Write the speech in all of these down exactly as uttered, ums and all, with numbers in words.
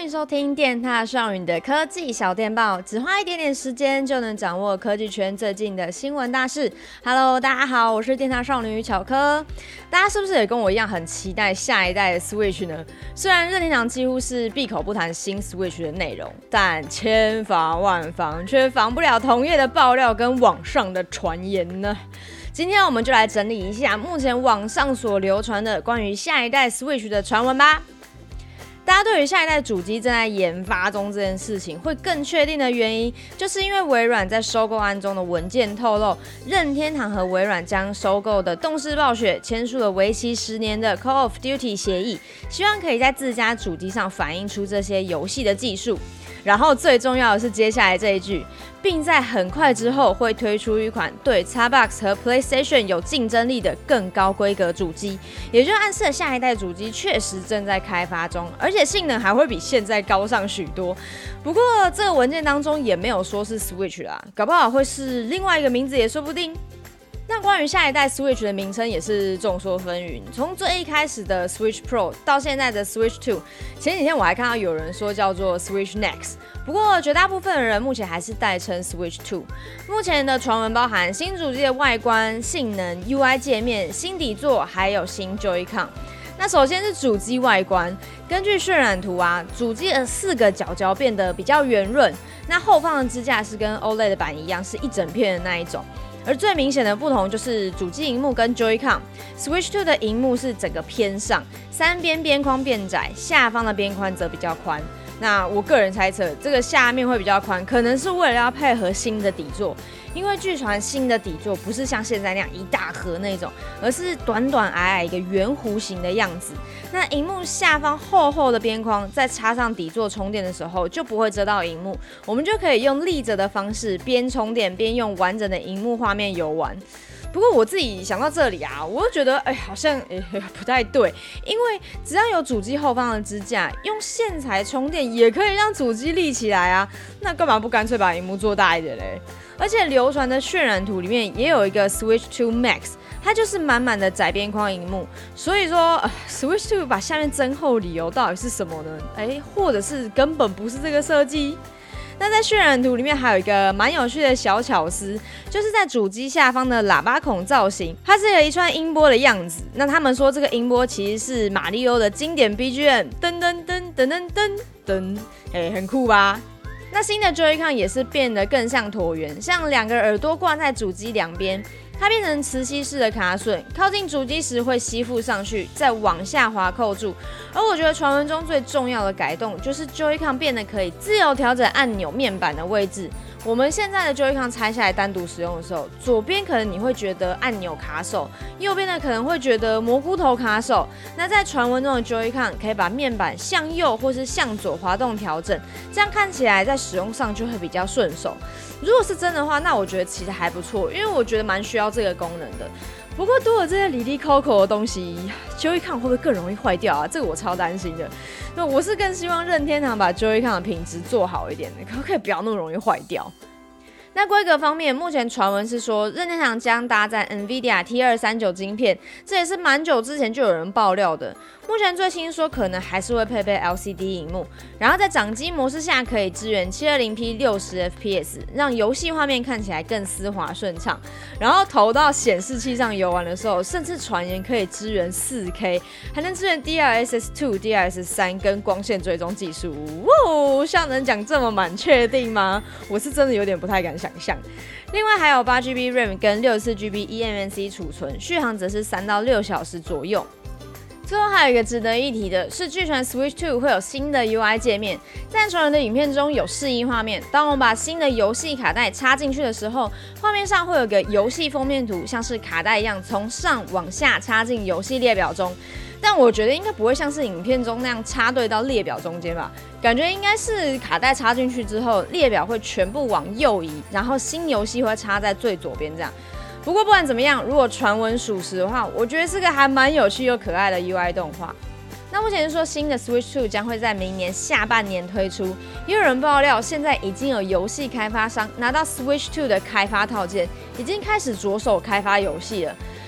迎收听电踏少女的科技小电报，只花一点点时间就能掌握科技圈最近的新闻大事。Hello， 大家好，我是电踏少女巧科。大家是不是也跟我一样很期待下一代的 Switch 呢？虽然任天堂几乎是闭口不谈新 Switch 的内容，但千防万防却防不了同业的爆料跟网上的传言呢。今天我们就来整理一下目前网上所流传的关于下一代 Switch 的传闻吧。大家对于下一代主机正在研发中这件事情会更确定的原因，就是因为微软在收购案中的文件透露，任天堂和微软将收购的动视暴雪签署了为期十年的 Call of Duty 协议，希望可以在自家主机上反映出这些游戏的技术。然后最重要的是接下来这一句，并在很快之后会推出一款对 Xbox 和 PlayStation 有竞争力的更高规格主机，也就暗示了下一代主机确实正在开发中，而且性能还会比现在高上许多。不过这个文件当中也没有说是 Switch 啦，搞不好会是另外一个名字也说不定。那关于下一代 Switch 的名称也是众说纷纭，从最一开始的 Switch Pro 到现在的 Switch 二，前几天我还看到有人说叫做 Switch Next， 不过绝大部分的人目前还是代称 Switch 二。目前的传闻包含新主机的外观、性能、U I 界面、新底座，还有新 Joy-Con。那首先是主机外观，根据渲染图啊，主机的四个角角变得比较圆润，那后方的支架是跟 O L E D 的版一样，是一整片的那一种。而最明显的不同就是主机萤幕跟 Joy-Con。Switch 二的萤幕是整个偏上，三边边框变窄，下方的边宽则比较宽。那我个人猜测，这个下面会比较宽，可能是为了要配合新的底座，因为据传新的底座不是像现在那样一大盒那种，而是短短矮矮一个圆弧形的样子。那萤幕下方厚厚的边框，在插上底座充电的时候就不会遮到萤幕，我们就可以用立着的方式边充电边用完整的萤幕画面游玩。不过我自己想到这里啊，我就觉得哎、欸，好像哎、欸、不太对，因为只要有主机后方的支架，用线材充电也可以让主机立起来啊，那干嘛不干脆把萤幕做大一点嘞？而且流传的渲染图里面也有一个 Switch 二 Max， 它就是满满的窄边框萤幕，所以说、呃、Switch 二把下面增厚理由到底是什么呢？哎、欸，或者是根本不是这个设计？那在渲染图里面还有一个蛮有趣的小巧思，就是在主机下方的喇叭孔造型，它是有一串音波的样子。那他们说这个音波其实是马里奥的经典 B G M， 噔噔噔噔噔噔噔，哎，很酷吧？那新的 Joy-Con 也是变得更像椭圆，像两个耳朵挂在主机两边。它变成磁吸式的卡榫，靠近主机时会吸附上去，再往下滑扣住。而我觉得传闻中最重要的改动，就是 Joy-Con 变得可以自由调整按钮面板的位置。我们现在的 Joy-Con 拆下来单独使用的时候，左边可能你会觉得按钮卡手，右边的可能会觉得蘑菇头卡手。那在传闻中的 Joy-Con 可以把面板向右或是向左滑动调整，这样看起来在使用上就会比较顺手。如果是真的话，那我觉得其实还不错，因为我觉得蛮需要这个功能的。不过多了这些里里扣扣的东西 ，Joy-Con 会不会更容易坏掉啊？这个我超担心的。那我是更希望任天堂把 Joy-Con 的品质做好一点的，可不可以不要那么容易坏掉？那规格方面，目前传闻是说任天堂将搭载 NVIDIA T 二三九 晶片，这也是蛮久之前就有人爆料的。目前最新说可能还是会配备 L C D 萤幕，然后在掌机模式下可以支援 七二零 P 六十 F P S， 让游戏画面看起来更丝滑顺畅。然后投到显示器上游玩的时候，甚至传言可以支援 四K， 还能支援 D L S S 二、D L S S 三 跟光线追踪技术。哇，效能讲这么满，确定吗？我是真的有点不太敢想象。另外还有 八 G B RAM 跟 六十四 G B E M M C 储存，续航则是三到六小时左右。最后还有一个值得一提的是，据传 Switch 二会有新的 U I 界面，在传闻的影片中有示意画面。当我们把新的游戏卡带插进去的时候，画面上会有个游戏封面图，像是卡带一样从上往下插进游戏列表中。但我觉得应该不会像是影片中那样插队到列表中间吧，感觉应该是卡带插进去之后，列表会全部往右移，然后新游戏会插在最左边这样。不过不管怎么样，如果传闻属实的话，我觉得是个还蛮有趣又可爱的 U I 动画。那目前是说新的 Switch 二将会在明年下半年推出，也有人爆料现在已经有游戏开发商拿到 Switch 二的开发套件，已经开始着手开发游戏了。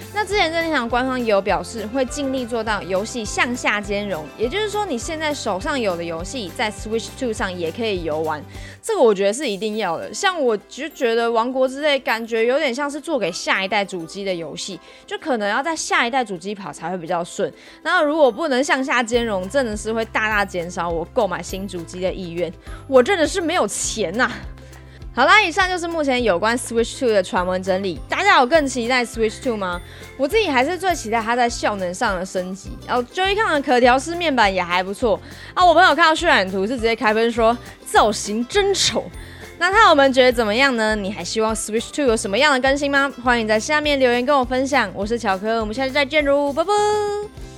那之前任天堂官方也有表示，会尽力做到游戏向下兼容，也就是说，你现在手上有的游戏，在 Switch 二上也可以游玩。这个我觉得是一定要的。像我就觉得《王国之泪》感觉有点像是做给下一代主机的游戏，就可能要在下一代主机跑才会比较顺。那如果不能向下兼容，真的是会大大减少我购买新主机的意愿。我真的是没有钱呐、啊。好啦，以上就是目前有关 Switch 二的传闻整理。大家有更期待 Switch 二吗？我自己还是最期待它在效能上的升级。然后 Joy-Con 的可调式面板也还不错啊。我朋友看到渲染图是直接开喷说造型真丑。那他们觉得怎么样呢？你还希望 Switch 二有什么样的更新吗？欢迎在下面留言跟我分享。我是巧克，我们下期再见喽，拜拜。